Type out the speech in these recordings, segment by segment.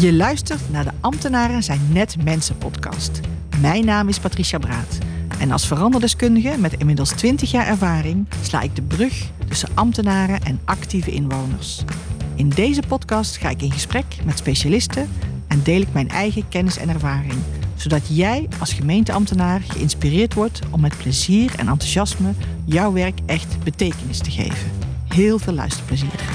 Je luistert naar de Ambtenaren zijn net mensen podcast. Mijn naam is Patricia Braat. En als veranderdeskundige met inmiddels 20 jaar ervaring sla ik de brug tussen ambtenaren en actieve inwoners. In deze podcast ga ik in gesprek met specialisten en deel ik mijn eigen kennis en ervaring. Zodat jij als gemeenteambtenaar geïnspireerd wordt om met plezier en enthousiasme jouw werk echt betekenis te geven. Heel veel luisterplezier.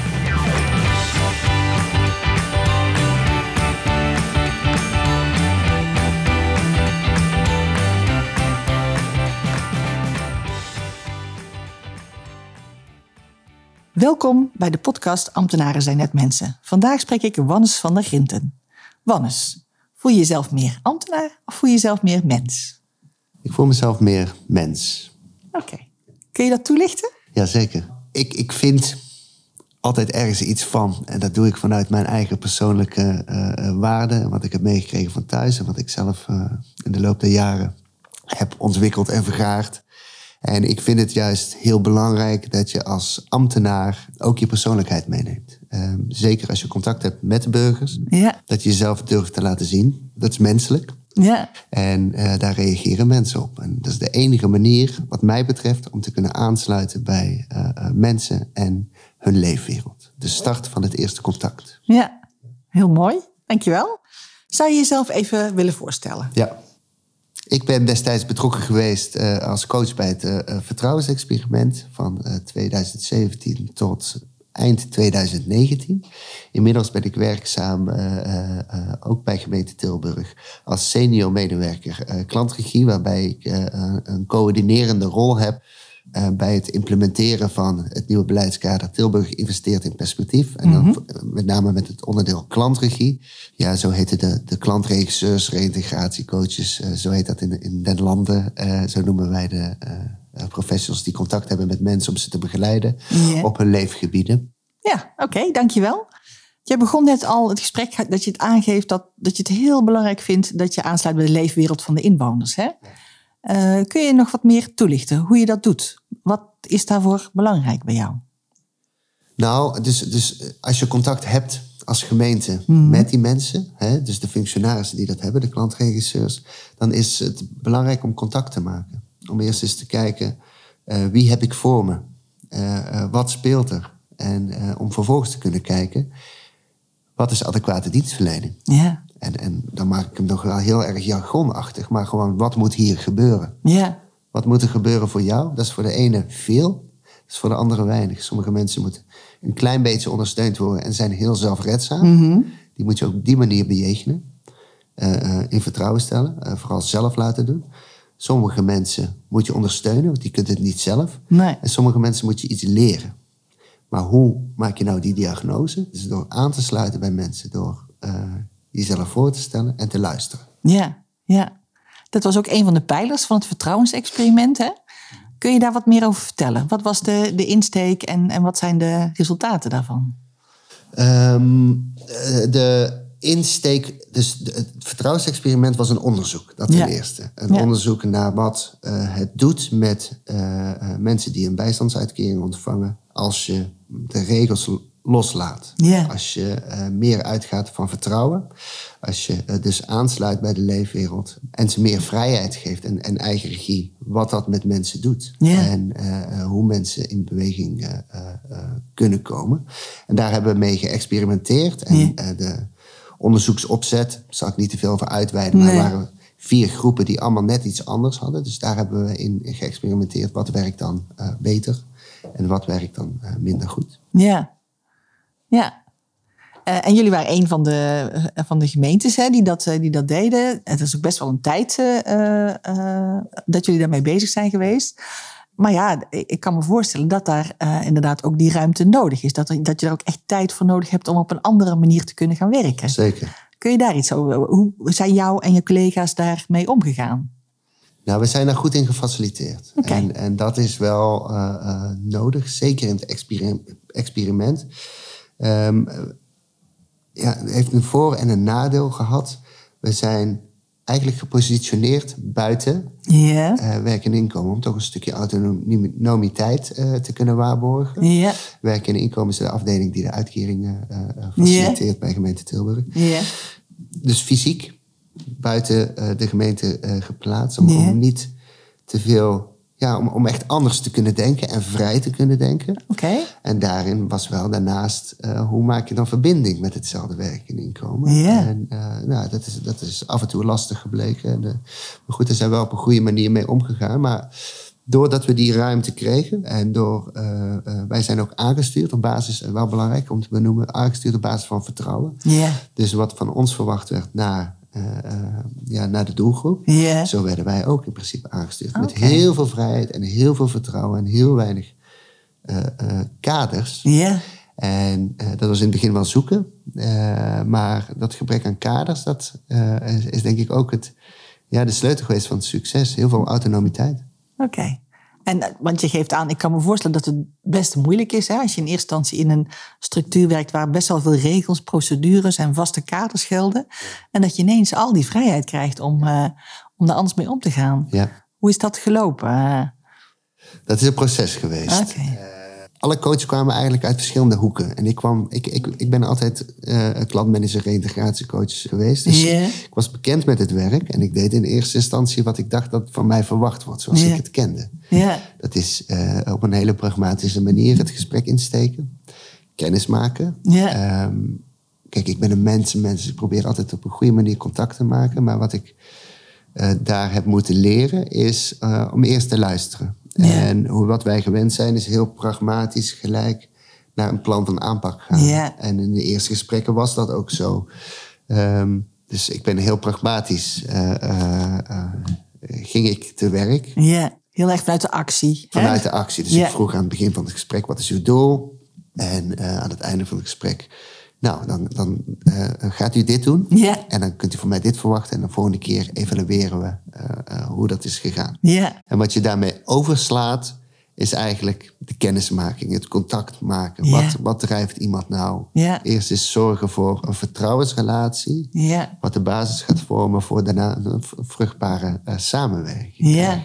Welkom bij de podcast Ambtenaren zijn net mensen. Vandaag spreek ik Wannes van der Grinten. Wannes, voel je jezelf meer ambtenaar of voel je jezelf meer mens? Ik voel mezelf meer mens. Oké. Kun je dat toelichten? Jazeker. Ik vind altijd ergens iets van. En dat doe ik vanuit mijn eigen persoonlijke waarden. Wat ik heb meegekregen van thuis. En wat ik zelf in de loop der jaren heb ontwikkeld en vergaard. En ik vind het juist heel belangrijk dat je als ambtenaar ook je persoonlijkheid meeneemt. Zeker als je contact hebt met de burgers. Ja. Dat je jezelf durft te laten zien. Dat is menselijk. Ja. En daar reageren mensen op. En dat is de enige manier, wat mij betreft, om te kunnen aansluiten bij mensen en hun leefwereld. De start van het eerste contact. Ja, heel mooi. Dankjewel. Zou je jezelf even willen voorstellen? Ja. Ik ben destijds betrokken geweest als coach bij het vertrouwensexperiment van 2017 tot eind 2019. Inmiddels ben ik werkzaam ook bij gemeente Tilburg als senior medewerker klantregie, waarbij ik een coördinerende rol heb bij het implementeren van het nieuwe beleidskader Tilburg investeert in perspectief. En dan met name met het onderdeel klantregie. Ja, zo heten de klantregisseurs, reïntegratiecoaches, zo heet dat in den landen. Zo noemen wij de professionals die contact hebben met mensen om ze te begeleiden op hun leefgebieden. Ja, oké, dankjewel. Je begon net al het gesprek dat je het aangeeft dat je het heel belangrijk vindt dat je aansluit bij de leefwereld van de inwoners. Hè? Kun je nog wat meer toelichten hoe je dat doet? Wat is daarvoor belangrijk bij jou? Nou, dus als je contact hebt als gemeente met die mensen, hè, dus de functionarissen die dat hebben, de klantregisseurs, dan is het belangrijk om contact te maken. Om eerst eens te kijken, wie heb ik voor me? Wat speelt er? En om vervolgens te kunnen kijken, wat is adequate dienstverlening? Ja. En dan maak ik hem nog wel heel erg jargonachtig, maar gewoon, wat moet hier gebeuren? Ja. Wat moet er gebeuren voor jou? Dat is voor de ene veel, dat is voor de andere weinig. Sommige mensen moeten een klein beetje ondersteund worden en zijn heel zelfredzaam. Mm-hmm. Die moet je ook op die manier bejegenen. In vertrouwen stellen, vooral zelf laten doen. Sommige mensen moet je ondersteunen, want die kunnen het niet zelf. Nee. En sommige mensen moet je iets leren. Maar hoe maak je nou die diagnose? Dus door aan te sluiten bij mensen, door jezelf voor te stellen en te luisteren. Ja, ja. Dat was ook een van de pijlers van het vertrouwensexperiment, hè? Kun je daar wat meer over vertellen? Wat was de insteek en wat zijn de resultaten daarvan? De insteek, dus het vertrouwensexperiment was een onderzoek, dat ten eerste. Een onderzoek naar wat het doet met mensen die een bijstandsuitkering ontvangen als je de regels loslaat. Ja. Als je meer uitgaat van vertrouwen. Als je dus aansluit bij de leefwereld en ze meer vrijheid geeft en eigen regie. Wat dat met mensen doet. Ja. En hoe mensen in beweging kunnen komen. En daar hebben we mee geëxperimenteerd. En de onderzoeksopzet, zal ik niet te veel over uitweiden. Maar er waren 4 groepen die allemaal net iets anders hadden. Dus daar hebben we in geëxperimenteerd. Wat werkt dan beter? En wat werkt dan minder goed? Ja. Ja. En jullie waren een van de gemeentes die dat deden. Het is ook best wel een tijd dat jullie daarmee bezig zijn geweest. Maar ja, ik kan me voorstellen dat daar inderdaad ook die ruimte nodig is. Dat je daar ook echt tijd voor nodig hebt om op een andere manier te kunnen gaan werken. Zeker. Kun je daar iets over? Hoe zijn jou en je collega's daarmee omgegaan? Nou, we zijn daar goed in gefaciliteerd. Okay. En dat is wel nodig, zeker in het experiment. Het heeft een voor- en een nadeel gehad. We zijn eigenlijk gepositioneerd buiten werk en inkomen. Om toch een stukje autonomiteit te kunnen waarborgen. Werk en inkomen is de afdeling die de uitkeringen faciliteert bij gemeente Tilburg. dus fysiek buiten de gemeente geplaatst. Om niet te veel... Ja, om echt anders te kunnen denken en vrij te kunnen denken. Okay. En daarin was wel daarnaast... hoe maak je dan verbinding met hetzelfde werk en inkomen? Ja. En dat is af en toe lastig gebleken. Maar goed, daar zijn we wel op een goede manier mee omgegaan. Maar doordat we die ruimte kregen... en wij zijn ook aangestuurd op basis... wel belangrijk om te benoemen... aangestuurd op basis van vertrouwen. Ja. Dus wat van ons verwacht werd naar de doelgroep. Yeah. Zo werden wij ook in principe aangestuurd. Okay. Met heel veel vrijheid en heel veel vertrouwen en heel weinig kaders. Yeah. En dat was in het begin wel zoeken. Maar dat gebrek aan kaders, dat is denk ik ook de sleutel geweest van het succes. Heel veel autonomiteit. Oké. En want je geeft aan, ik kan me voorstellen dat het best moeilijk is... Hè, als je in eerste instantie in een structuur werkt... waar best wel veel regels, procedures en vaste kaders gelden... en dat je ineens al die vrijheid krijgt om daar anders mee om te gaan. Ja. Hoe is dat gelopen? Dat is een proces geweest. Okay. Alle coaches kwamen eigenlijk uit verschillende hoeken. En ik ben altijd klantmanager, reïntegratiecoach geweest. Dus ik was bekend met het werk. En ik deed in eerste instantie wat ik dacht dat van mij verwacht wordt. Zoals ik het kende. Dat is op een hele pragmatische manier het gesprek insteken. Kennis maken. Kijk, ik ben een mens. Ik probeer altijd op een goede manier contact te maken. Maar wat ik daar heb moeten leren is om eerst te luisteren. En wat wij gewend zijn is heel pragmatisch gelijk naar een plan van aanpak gaan. En in de eerste gesprekken was dat ook zo. Dus ik ben heel pragmatisch. Ging ik te werk. Ja, heel erg vanuit de actie. Vanuit de actie. Dus ik vroeg aan het begin van het gesprek, wat is uw doel? En aan het einde van het gesprek... Nou, dan gaat u dit doen. En dan kunt u van mij dit verwachten. En de volgende keer evalueren we hoe dat is gegaan. En wat je daarmee overslaat, is eigenlijk de kennismaking. Het contact maken. Wat drijft iemand nou? Eerst is zorgen voor een vertrouwensrelatie. Wat de basis gaat vormen voor daarna een vruchtbare samenwerking.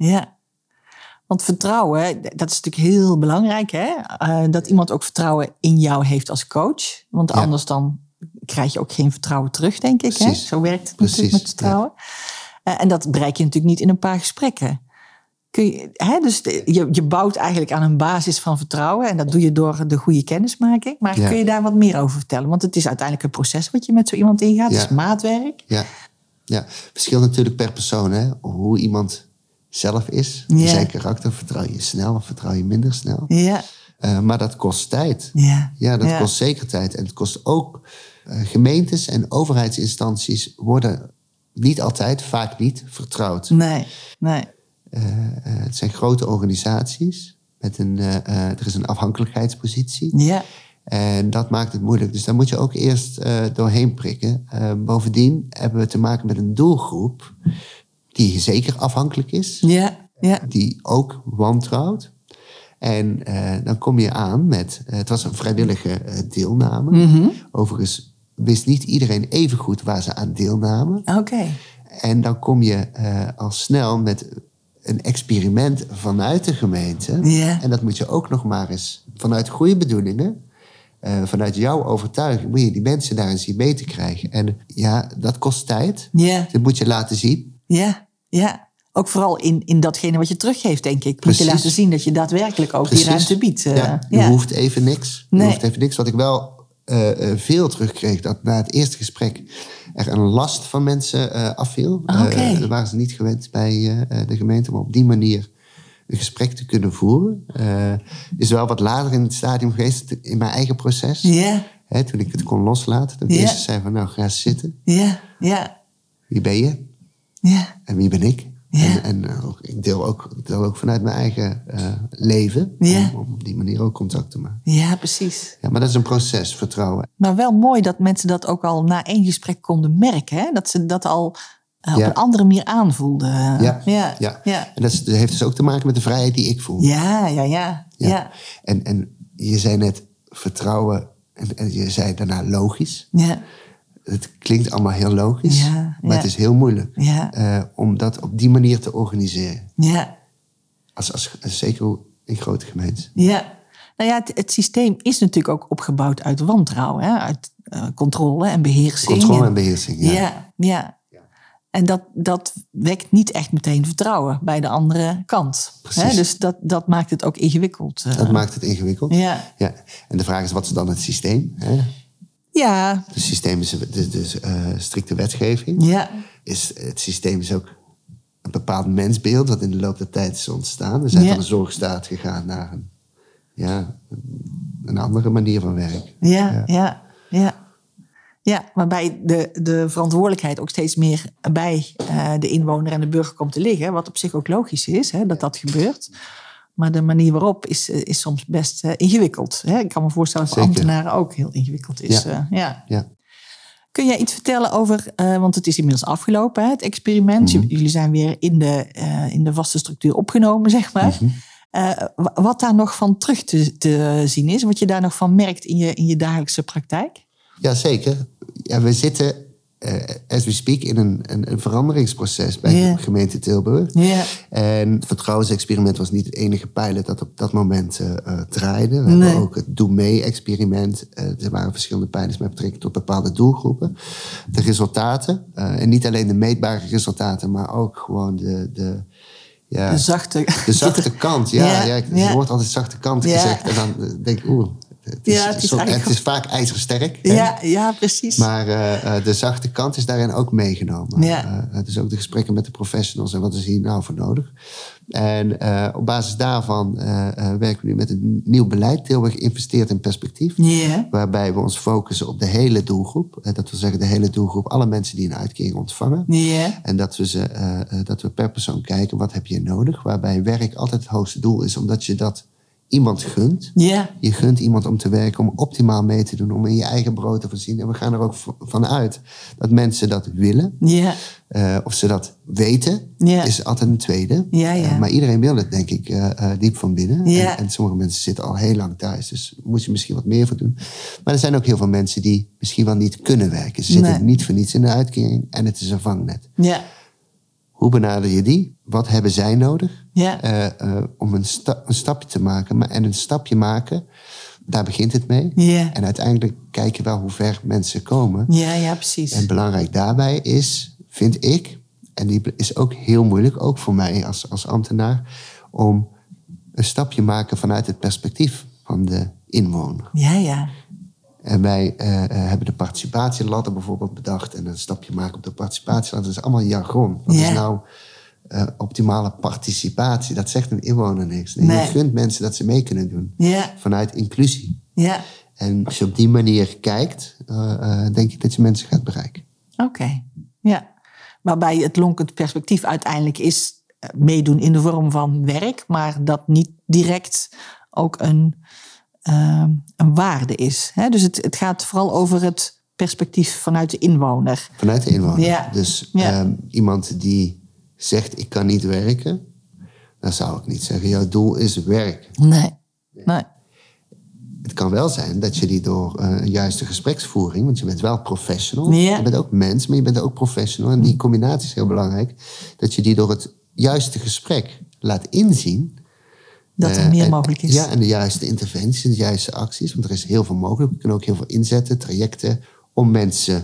Want vertrouwen, dat is natuurlijk heel belangrijk. Hè? Dat iemand ook vertrouwen in jou heeft als coach. Want anders dan krijg je ook geen vertrouwen terug, denk ik. Hè? Zo werkt het natuurlijk met vertrouwen. En dat bereik je natuurlijk niet in een paar gesprekken. Dus je bouwt eigenlijk aan een basis van vertrouwen. En dat doe je door de goede kennismaking. Maar kun je daar wat meer over vertellen? Want het is uiteindelijk een proces wat je met zo iemand ingaat. Het is maatwerk. Ja, verschilt natuurlijk per persoon. Hè? Hoe iemand... zelf is. Zijn karakter, vertrouw je snel of vertrouw je minder snel. Maar dat kost tijd. Dat kost zeker tijd. En het kost ook... gemeentes en overheidsinstanties worden niet altijd, vaak niet, vertrouwd. Nee. Het zijn grote organisaties. Er is een afhankelijkheidspositie. En dat maakt het moeilijk. Dus daar moet je ook eerst doorheen prikken. Bovendien hebben we te maken met een doelgroep... die zeker afhankelijk is. Die ook wantrouwt. En dan kom je aan met... het was een vrijwillige deelname. Overigens wist niet iedereen even goed waar ze aan deelnamen. En dan kom je al snel met een experiment vanuit de gemeente. En dat moet je ook nog maar eens vanuit goede bedoelingen... vanuit jouw overtuiging moet je die mensen daarin zien mee te krijgen. En dat kost tijd. Dat moet je laten zien. Ook vooral in datgene wat je teruggeeft, denk ik. Moet je laten zien dat je daadwerkelijk ook die ruimte biedt. Je hoeft even niks. Wat ik wel veel terugkreeg, dat na het eerste gesprek... er een last van mensen afviel. Dat waren ze niet gewend bij de gemeente. Maar op die manier een gesprek te kunnen voeren. Is wel wat later in het stadium geweest, in mijn eigen proces. Toen ik het kon loslaten. Dat ik eerst zei van, nou, ga eens zitten. Wie ben je? En wie ben ik? En ik deel ook vanuit mijn eigen leven. Om op die manier ook contact te maken. Ja, precies. Maar dat is een proces, vertrouwen. Maar wel mooi dat mensen dat ook al na 1 gesprek konden merken. Hè? Dat ze dat al op een andere manier aanvoelden. En dat heeft dus ook te maken met de vrijheid die ik voel. En je zei net vertrouwen. En je zei daarna logisch. Het klinkt allemaal heel logisch, maar het is heel moeilijk om dat op die manier te organiseren. Zeker in grote gemeentes. Nou ja, het systeem is natuurlijk ook opgebouwd uit wantrouwen. Hè? controle en beheersing. Controle en beheersing, ja. Ja. En dat wekt niet echt meteen vertrouwen bij de andere kant. Hè? Dus dat maakt het ook ingewikkeld. Dat maakt het ingewikkeld. Ja. En de vraag is, wat is dan het systeem? Hè? Ja. Het systeem is de strikte wetgeving. Ja. Het systeem is ook een bepaald mensbeeld wat in de loop der tijd is ontstaan. We zijn van de zorgstaat gegaan naar een andere manier van werken. Ja, waarbij de verantwoordelijkheid ook steeds meer bij de inwoner en de burger komt te liggen. Wat op zich ook logisch is, hè, dat gebeurt. Maar de manier waarop is soms best ingewikkeld. Hè? Ik kan me voorstellen dat voor ambtenaren ook heel ingewikkeld is. Ja. Kun jij iets vertellen over, want het is inmiddels afgelopen, hè, het experiment. Jullie zijn weer in de vaste structuur opgenomen, zeg maar. Wat daar nog van terug te zien is, wat je daar nog van merkt in je dagelijkse praktijk? Jazeker. Ja, we zitten, as we speak, in een veranderingsproces bij de gemeente Tilburg. En het vertrouwensexperiment was niet het enige pilot dat op dat moment draaide. We hebben ook het Doe Mee-experiment. Er waren verschillende pilots met betrekking tot bepaalde doelgroepen. De resultaten, en niet alleen de meetbare resultaten, maar ook gewoon de zachte kant. Er wordt altijd zachte kant gezegd. En dan denk ik, het is vaak ijzersterk. Ja, precies. Maar de zachte kant is daarin ook meegenomen. Dus ook de gesprekken met de professionals en wat is hier nou voor nodig. En op basis daarvan werken we nu met een nieuw beleid. Tilburg investeert in perspectief. Waarbij we ons focussen op de hele doelgroep. Dat wil zeggen de hele doelgroep, alle mensen die een uitkering ontvangen. En dat we per persoon kijken, wat heb je nodig? Waarbij werk altijd het hoogste doel is, omdat je dat iemand gunt. Je gunt iemand om te werken, om optimaal mee te doen, om in je eigen brood te voorzien. En we gaan er ook van uit dat mensen dat willen. Of ze dat weten, is altijd een tweede. Maar iedereen wil het, denk ik, diep van binnen. En sommige mensen zitten al heel lang thuis, dus moet je misschien wat meer voor doen. Maar er zijn ook heel veel mensen die misschien wel niet kunnen werken. Ze zitten niet voor niets in de uitkering en het is een vangnet. Hoe benader je die? Wat hebben zij nodig? Om een stapje te maken. En een stapje maken, daar begint het mee. En uiteindelijk kijk je wel hoe ver mensen komen. Precies. En belangrijk daarbij is, vind ik, en die is ook heel moeilijk, ook voor mij als ambtenaar, om een stapje maken vanuit het perspectief van de inwoner. En wij hebben de participatieladder bijvoorbeeld bedacht. En een stapje maken op de participatieladder. Dat is allemaal jargon. Wat is nou optimale participatie? Dat zegt een inwoner niks. Je gunt mensen dat ze mee kunnen doen. Vanuit inclusie. En als je op die manier kijkt, denk ik dat je mensen gaat bereiken. Oké. Waarbij het lonkend perspectief uiteindelijk is meedoen in de vorm van werk. Maar dat niet direct ook een waarde is. Hè? Dus het gaat vooral over het perspectief vanuit de inwoner. Vanuit de inwoner. Dus iemand die zegt, ik kan niet werken, dan zou ik niet zeggen, jouw doel is werk. Nee. Het kan wel zijn dat je die door een juiste gespreksvoering, want je bent wel professional, je bent ook mens, maar je bent ook professional. En die combinatie is heel belangrijk. Dat je die door het juiste gesprek laat inzien dat er meer mogelijk is. En de juiste interventies, de juiste acties. Want er is heel veel mogelijk. We kunnen ook heel veel inzetten, trajecten, om mensen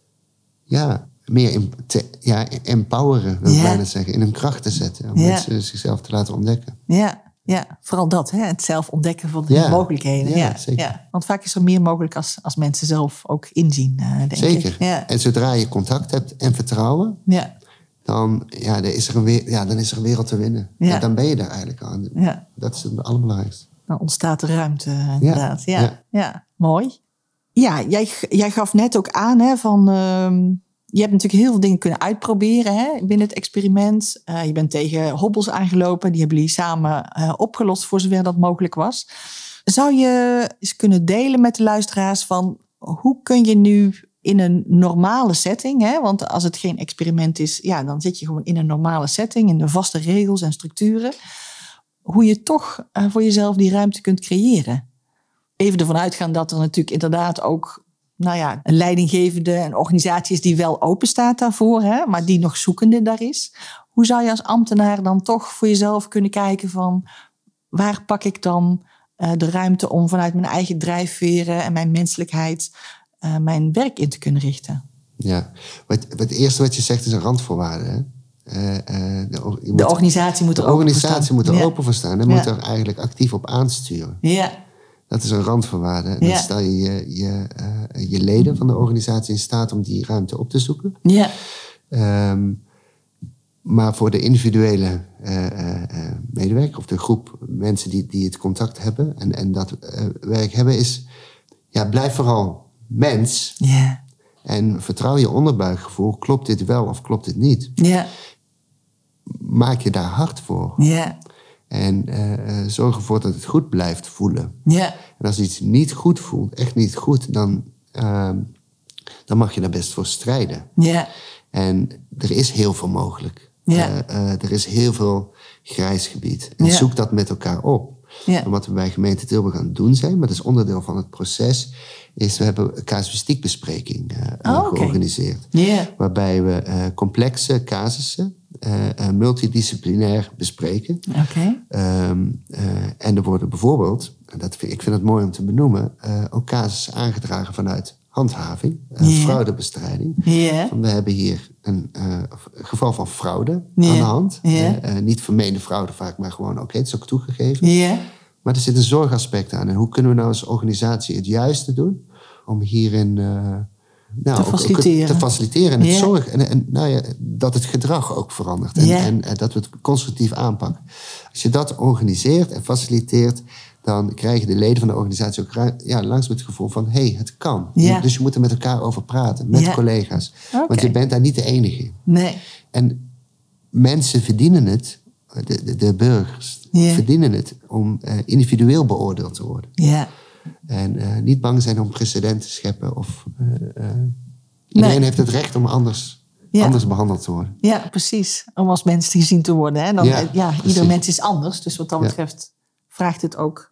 meer empoweren, wil ik bijna zeggen. In hun kracht te zetten. Om mensen zichzelf te laten ontdekken. Vooral dat. Hè? Het zelf ontdekken van de mogelijkheden. Zeker. Want vaak is er meer mogelijk als mensen zelf ook inzien, denk ik. Zeker. En zodra je contact hebt en vertrouwen, dan is er een wereld te winnen. En dan ben je daar eigenlijk aan. Dat is het allerbelangrijkste. Dan ontstaat er ruimte, inderdaad. Mooi. Ja, jij gaf net ook aan, hè, van je hebt natuurlijk heel veel dingen kunnen uitproberen, hè, binnen het experiment. Je bent tegen hobbels aangelopen. Die hebben jullie samen opgelost voor zover dat mogelijk was. Zou je eens kunnen delen met de luisteraars van hoe kun je nu in een normale setting, hè, want als het geen experiment is, dan zit je gewoon in een normale setting, in de vaste regels en structuren, hoe je toch voor jezelf die ruimte kunt creëren. Even ervan uitgaan dat er natuurlijk inderdaad ook een leidinggevende, een organisatie is die wel open staat daarvoor, hè, maar die nog zoekende daar is. Hoe zou je als ambtenaar dan toch voor jezelf kunnen kijken van waar pak ik dan de ruimte om vanuit mijn eigen drijfveren en mijn menselijkheid mijn werk in te kunnen richten. Ja, het eerste wat je zegt is een randvoorwaarde. Hè? De organisatie moet er open voor staan. De organisatie moet er open voor staan. En moet er eigenlijk actief op aansturen. Ja. Dat is een randvoorwaarde. En dan stel je leden van de organisatie in staat om die ruimte op te zoeken. Ja. Maar voor de individuele medewerker of de groep mensen die het contact hebben en dat werk hebben is... Ja, blijf vooral mens. Ja. En vertrouw je onderbuikgevoel. Klopt dit wel of klopt dit niet? Ja. Maak je daar hard voor. Ja. En zorg ervoor dat het goed blijft voelen. Ja. En als iets niet goed voelt, echt niet goed, dan mag je daar best voor strijden. Ja. En er is heel veel mogelijk. Ja. Er is heel veel grijs gebied. En zoek dat met elkaar op. Ja. En wat we bij gemeente Tilburg aan het doen zijn, maar dat is onderdeel van het proces, is we hebben een casuïstiekbespreking georganiseerd. Yeah. Waarbij we complexe casussen multidisciplinair bespreken. Okay. En er worden bijvoorbeeld, en ik vind het mooi om te benoemen, ook casussen aangedragen vanuit handhaving, fraudebestrijding. Yeah. We hebben hier een geval van fraude aan de hand. Niet vermeende fraude vaak, maar gewoon, het is ook toegegeven. Yeah. Maar er zit een zorgaspect aan. En hoe kunnen we nou als organisatie het juiste doen om hierin te faciliteren. En het zorg, en dat het gedrag ook verandert. En dat we het constructief aanpakken. Als je dat organiseert en faciliteert, dan krijgen de leden van de organisatie ook langzaam het gevoel van, het kan. Ja. Dus je moet er met elkaar over praten, met collega's. Okay. Want je bent daar niet de enige. Nee. En mensen verdienen het, de burgers verdienen het om individueel beoordeeld te worden. Ja. En niet bang zijn om precedenten te scheppen. Iedereen heeft het recht om anders behandeld te worden. Ja, precies. Om als mens gezien te worden. Hè? Dan, ieder mens is anders. Dus wat dat betreft vraagt het ook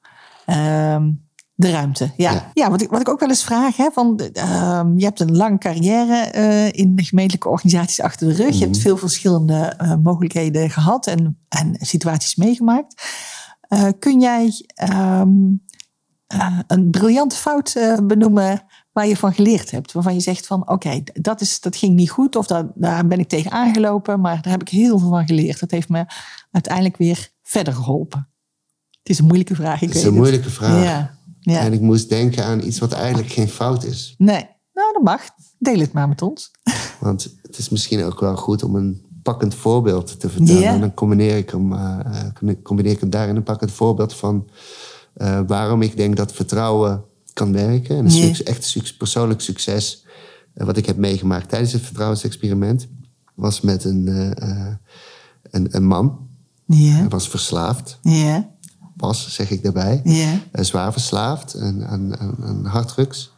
de ruimte. Ja, wat ik ook wel eens vraag. Hè, je hebt een lange carrière in de gemeentelijke organisaties achter de rug. Je hebt veel verschillende mogelijkheden gehad en situaties meegemaakt. Kun jij een briljante fout benoemen waar je van geleerd hebt? Waarvan je zegt van dat ging niet goed of daar ben ik tegen aangelopen, maar daar heb ik heel veel van geleerd. Dat heeft me uiteindelijk weer verder geholpen. Het is een moeilijke vraag. Het is een moeilijke vraag. Ja. En ik moest denken aan iets wat eigenlijk geen fout is. Nee, nou dat mag. Deel het maar met ons. Want het is misschien ook wel goed om een pakkend voorbeeld te vertellen. En dan combineer ik hem daarin een pakkend voorbeeld van waarom ik denk dat vertrouwen kan werken. En echt persoonlijk succes wat ik heb meegemaakt tijdens het vertrouwensexperiment was met een man. Hij was verslaafd. Was, zeg ik daarbij. Zwaar verslaafd aan harddrugs.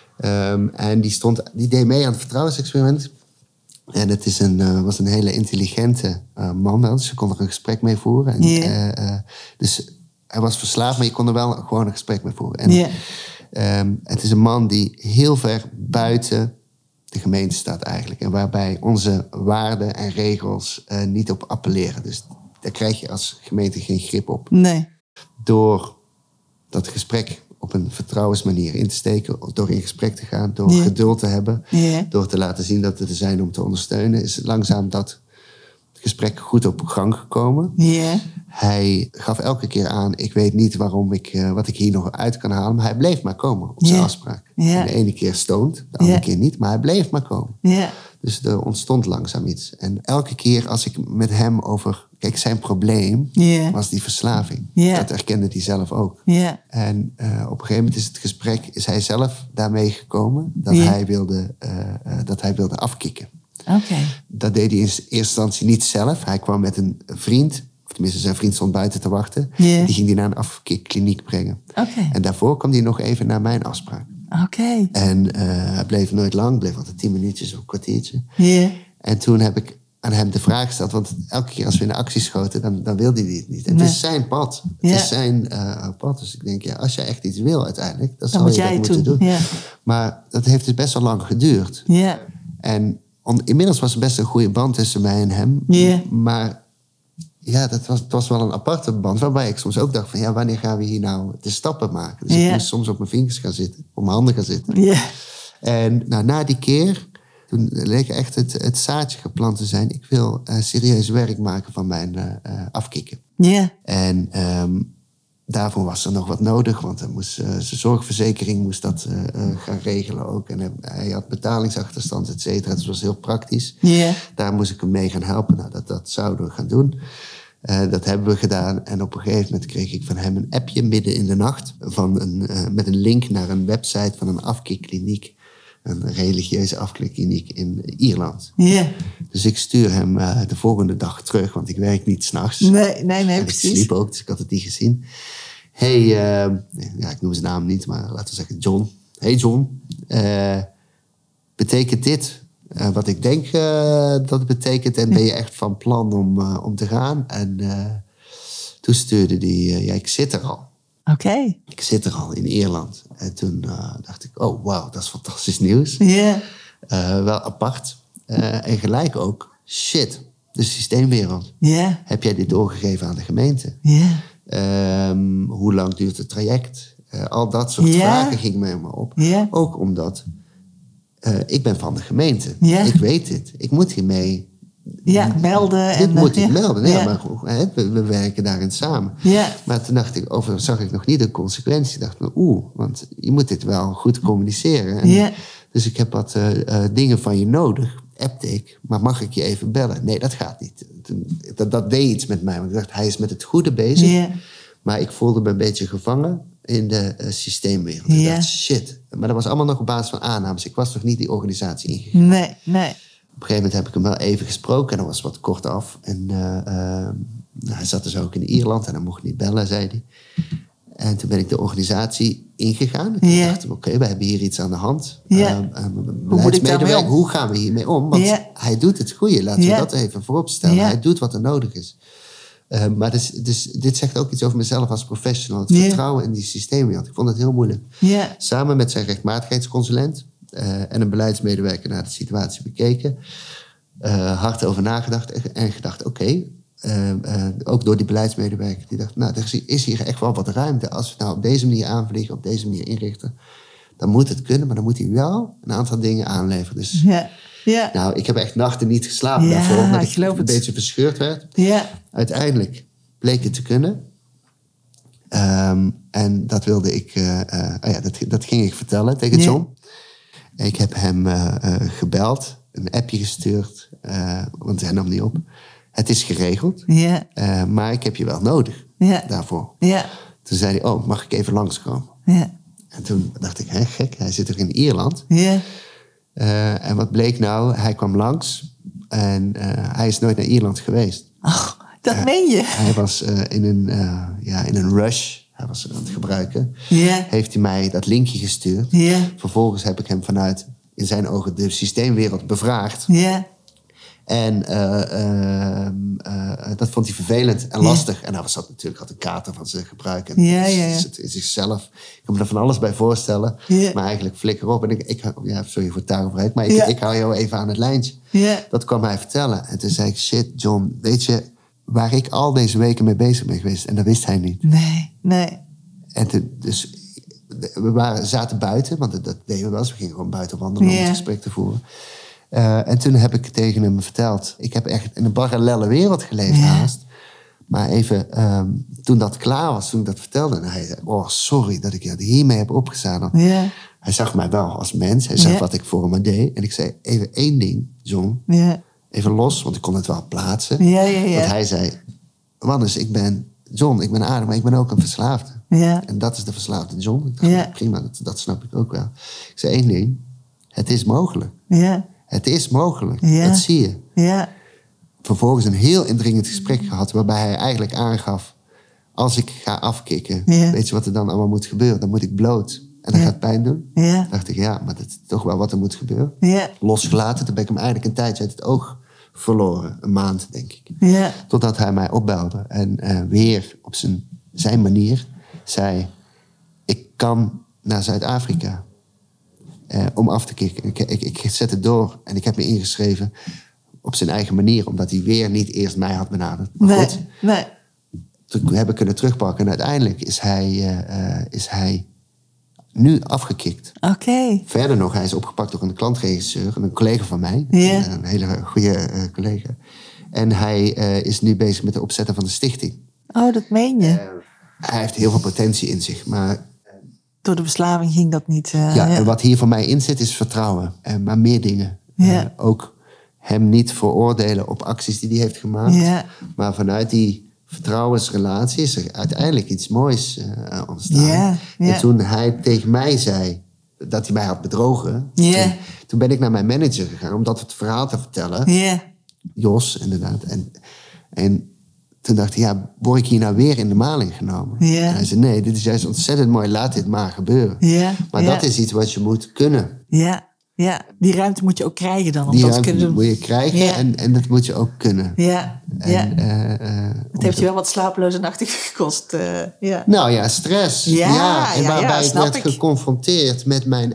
En die deed mee aan het vertrouwensexperiment. En het was een hele intelligente man wel. Dus je kon er een gesprek mee voeren. Dus hij was verslaafd, maar je kon er wel gewoon een gesprek mee voeren. En het is een man die heel ver buiten de gemeente staat eigenlijk. En waarbij onze waarden en regels niet op appelleren. Dus daar krijg je als gemeente geen grip op. Nee. Door dat gesprek op een vertrouwensmanier in te steken, door in gesprek te gaan, door geduld te hebben, door te laten zien dat we er zijn om te ondersteunen, is langzaam dat gesprek goed op gang gekomen. Hij gaf elke keer aan, ik weet niet wat ik hier nog uit kan halen, maar hij bleef maar komen op zijn afspraak. En de ene keer stoont, de andere keer niet, maar hij bleef maar komen. Dus er ontstond langzaam iets. En elke keer als ik met hem over... Kijk, zijn probleem was die verslaving. Dat erkende hij zelf ook. En op een gegeven moment is hij zelf daarmee gekomen dat hij wilde afkicken. Dat deed hij in eerste instantie niet zelf. Hij kwam met een vriend, of tenminste zijn vriend stond buiten te wachten. Die ging hij naar een afkikkliniek brengen. En daarvoor kwam hij nog even naar mijn afspraak. En hij bleef nooit lang, bleef altijd 10 minuutjes of een kwartiertje. En toen heb ik aan hem de vraag gesteld, want elke keer als we in de actie schoten, dan wilde hij het niet. En het is zijn pad. Het is zijn pad. Dus ik denk, als jij echt iets wil uiteindelijk, dan zal je dat moeten doen. Maar dat heeft dus best wel lang geduurd. En inmiddels was er best een goede band tussen mij en hem. Maar ja, het was wel een aparte band. Waarbij ik soms ook dacht van, ja, wanneer gaan we hier nou de stappen maken? Dus ik moest soms op mijn vingers gaan zitten, op mijn handen gaan zitten. Ja. En na die keer, toen leek echt het zaadje geplant te zijn. Ik wil serieus werk maken van mijn afkicken. Ja. En daarvoor was er nog wat nodig, want zijn zorgverzekering moest dat gaan regelen ook. En hij had betalingsachterstand, et cetera. Dus het was heel praktisch. Ja. Daar moest ik hem mee gaan helpen. Nou, dat zouden we gaan doen. Dat hebben we gedaan. En op een gegeven moment kreeg ik van hem een appje midden in de nacht. Met een link naar een website van een afkikkliniek. Een religieuze afkikkliniek in Ierland. Ja. Dus ik stuur hem de volgende dag terug, want ik werk niet 's nachts. Nee, precies. Ik sliep ook, dus ik had het niet gezien. Hey, ik noem zijn naam niet, maar laten we zeggen John. Hey John, betekent dit wat ik denk dat het betekent? En ben je echt van plan om te gaan? En toen stuurde hij, ik zit er al. Oké. Ik zit er al in Ierland. En toen dacht ik, oh wauw, dat is fantastisch nieuws. Ja. Wel apart. En gelijk ook, shit, de systeemwereld. Ja. Heb jij dit doorgegeven aan de gemeente? Ja. Hoe lang duurt het traject? Al dat soort vragen gingen me helemaal op. Ja. Ook omdat ik ben van de gemeente. Ja. Ik weet dit. Ik moet hiermee... melden. Dit moet ik melden. Ja. Ja, maar we werken daarin samen. Ja. Maar toen dacht ik, zag ik nog niet de consequentie. Ik dacht, want je moet dit wel goed communiceren. En dus ik heb wat dingen van je nodig. Appte ik, maar mag ik je even bellen? Nee, dat gaat niet. Dat deed iets met mij. Want ik dacht, hij is met het goede bezig. Ja. Maar ik voelde me een beetje gevangen in de systeemwereld. Ik dacht, shit. Maar dat was allemaal nog op basis van aannames. Ik was nog niet die organisatie ingegaan. Nee. Op een gegeven moment heb ik hem wel even gesproken. En dat was wat kort af. En hij zat dus ook in Ierland. En hij mocht niet bellen, zei hij. En toen ben ik de organisatie ingegaan. Ik dacht, oké, we hebben hier iets aan de hand. Hoe moet ik daarmee om? Hoe gaan we hiermee om? Want hij doet het goede. Laten we dat even voorop stellen. Hij doet wat er nodig is. Maar dit zegt ook iets over mezelf als professional. Het vertrouwen in die systeemwereld. Ik vond het heel moeilijk. Samen met zijn rechtmatigheidsconsulent en een beleidsmedewerker naar de situatie bekeken. Hard over nagedacht en gedacht, oké. Ook door die beleidsmedewerker. Die dacht, er is hier echt wel wat ruimte. Als we het nou op deze manier aanvliegen, op deze manier inrichten. Dan moet het kunnen, maar dan moet hij wel een aantal dingen aanleveren. Dus nou, ik heb echt nachten niet geslapen daarvoor. Omdat ik een beetje verscheurd werd. Uiteindelijk bleek het te kunnen. En dat wilde ik... dat ging ik vertellen tegen John. Ik heb hem gebeld. Een appje gestuurd. Want hij nam niet op. Het is geregeld. Maar ik heb je wel nodig daarvoor. Toen zei hij, mag ik even langskomen? En toen dacht ik, gek, hij zit er in Ierland. En wat bleek nou? Hij kwam langs en hij is nooit naar Ierland geweest. Oh, dat meen je? Hij was in een rush. Hij was aan het gebruiken. Heeft hij mij dat linkje gestuurd. Vervolgens heb ik hem vanuit, in zijn ogen, de systeemwereld bevraagd. En dat vond hij vervelend en lastig. En hij had een kater van zijn gebruik. En in zichzelf. Ik kan me er van alles bij voorstellen. Maar eigenlijk flikker op. En sorry voor het taalgebruik. Maar ik hou jou even aan het lijntje. Dat kwam hij vertellen. En toen zei ik, shit John, weet je waar ik al deze weken mee bezig ben geweest? En dat wist hij niet. Nee. En dus we zaten buiten. Want dat deden we wel. Dus we gingen gewoon buiten wandelen om het gesprek te voeren. En toen heb ik tegen hem verteld... Ik heb echt in een parallelle wereld geleefd haast. Maar even, toen dat klaar was, toen ik dat vertelde... En hij zei, sorry dat ik je hiermee heb opgezadeld. Hij zag mij wel als mens. Hij zag wat ik voor hem deed. En ik zei, even één ding, John. Even los, want ik kon het wel plaatsen. Want hij zei, Wannes, ik ben aardig, maar ik ben ook een verslaafde. En dat is de verslaafde John. Ik dacht, prima, dat snap ik ook wel. Ik zei één ding, het is mogelijk. Het is mogelijk, dat zie je. Vervolgens een heel indringend gesprek gehad... waarbij hij eigenlijk aangaf... als ik ga afkicken, weet je wat er dan allemaal moet gebeuren? Dan moet ik bloot. En dat gaat pijn doen. Dacht ik, maar dat is toch wel wat er moet gebeuren. Losgelaten, toen ben ik hem eigenlijk een tijdje uit het oog verloren. Een maand, denk ik. Totdat hij mij opbelde. En weer op zijn manier zei... ik kan naar Zuid-Afrika... om af te kicken. Ik zet het door en ik heb me ingeschreven op zijn eigen manier. Omdat hij weer niet eerst mij had benaderd. Maar goed, toen heb ik kunnen terugpakken. En uiteindelijk is hij nu afgekikt. Oké. Verder nog, hij is opgepakt door een klantregisseur. Een collega van mij. Yeah. Een hele goede collega. En hij is nu bezig met het opzetten van de stichting. Oh, dat meen je? Hij heeft heel veel potentie in zich. Maar door de verslaving ging dat niet. En wat hier voor mij in zit is vertrouwen. Maar meer dingen. Ja. Ook hem niet veroordelen op acties die hij heeft gemaakt. Ja. Maar vanuit die vertrouwensrelatie is er uiteindelijk iets moois ontstaan. Ja. En toen hij tegen mij zei dat hij mij had bedrogen... Ja. Toen ben ik naar mijn manager gegaan om dat het verhaal te vertellen. Ja. Jos, inderdaad. En toen dacht ik, word ik hier nou weer in de maling genomen? Ja. En hij zei, nee, dit is juist ontzettend mooi. Laat dit maar gebeuren. Ja. Maar dat is iets wat je moet kunnen. Ja. Die ruimte moet je ook krijgen dan. Om Die dat ruimte te kunnen moet je krijgen en dat moet je ook kunnen. Ja. Het heeft je wel wat slapeloze nachten gekost. Nou ja, stress. En waarbij ik werd ik. geconfronteerd met mijn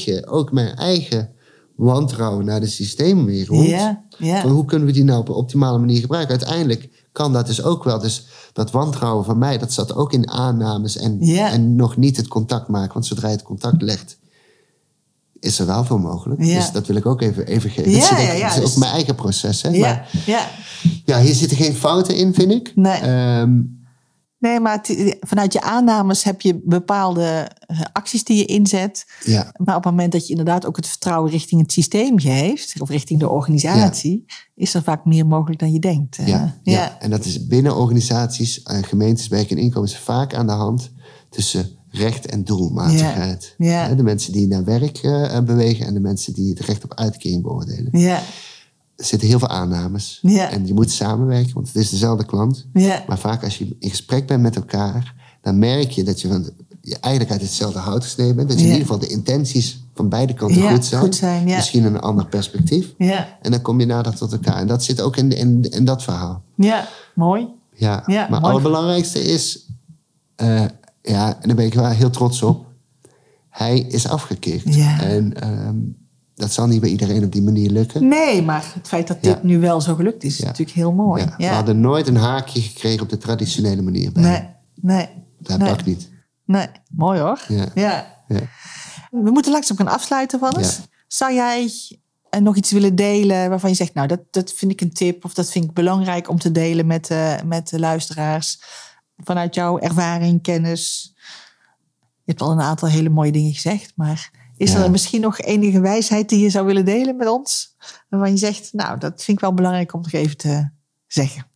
eigen wantrouwen naar de systeemwereld. Ja. Van hoe kunnen we die nou op een optimale manier gebruiken? Uiteindelijk kan dat dus ook wel. Dus dat wantrouwen van mij, dat zat ook in aannames en nog niet het contact maken. Want zodra je het contact legt, is er wel veel mogelijk. Ja. Dus dat wil ik ook even geven. Ja, dat is ook mijn eigen proces. Hè? Ja. Ja, hier zitten geen fouten in, vind ik. Nee. Nee, maar vanuit je aannames heb je bepaalde acties die je inzet. Ja. Maar op het moment dat je inderdaad ook het vertrouwen richting het systeem geeft, of richting de organisatie, is er vaak meer mogelijk dan je denkt. Ja, en dat is binnen organisaties, gemeentes, werk en inkomen is vaak aan de hand tussen recht en doelmatigheid. Ja. De mensen die naar werk bewegen en de mensen die het recht op uitkering beoordelen. Ja. Er zitten heel veel aannames. Ja. En je moet samenwerken, want het is dezelfde klant. Ja. Maar vaak als je in gesprek bent met elkaar, dan merk je dat je eigenlijk uit hetzelfde hout gesneden bent. Dat je in ieder geval de intenties van beide kanten goed zijn. Misschien een ander perspectief. Ja. En dan kom je nader tot elkaar. En dat zit ook in dat verhaal. Ja, mooi. Ja, maar het mooi. allerbelangrijkste is, en daar ben ik wel heel trots op, hij is afgekikt. Ja. En dat zal niet bij iedereen op die manier lukken. Nee, maar het feit dat dit nu wel zo gelukt is natuurlijk heel mooi. Ja. We hadden nooit een haakje gekregen op de traditionele manier. Nee. Dat pakt niet. Nee, mooi hoor. Ja. We moeten langzaam gaan afsluiten, Wannes. Ja. Zou jij nog iets willen delen waarvan je zegt, nou, dat vind ik een tip of dat vind ik belangrijk om te delen met de luisteraars? Vanuit jouw ervaring, kennis. Je hebt al een aantal hele mooie dingen gezegd, maar is er misschien nog enige wijsheid die je zou willen delen met ons? Waarvan je zegt, nou, dat vind ik wel belangrijk om nog even te zeggen.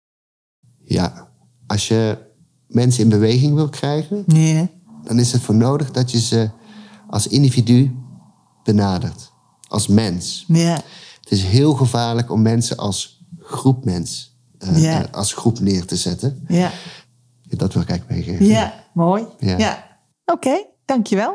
Ja, als je mensen in beweging wil krijgen, dan is het voor nodig dat je ze als individu benadert. Als mens. Ja. Het is heel gevaarlijk om mensen als als groep neer te zetten. Ja. Dat wil ik eigenlijk meegeven. Ja, mooi. Ja. Oké, dankjewel.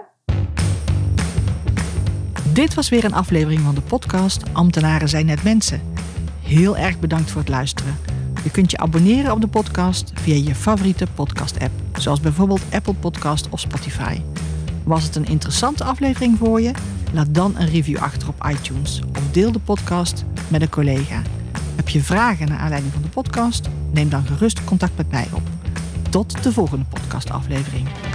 Dit was weer een aflevering van de podcast Ambtenaren zijn net mensen. Heel erg bedankt voor het luisteren. Je kunt je abonneren op de podcast via je favoriete podcast-app, zoals bijvoorbeeld Apple Podcast of Spotify. Was het een interessante aflevering voor je? Laat dan een review achter op iTunes of deel de podcast met een collega. Heb je vragen naar aanleiding van de podcast? Neem dan gerust contact met mij op. Tot de volgende podcastaflevering.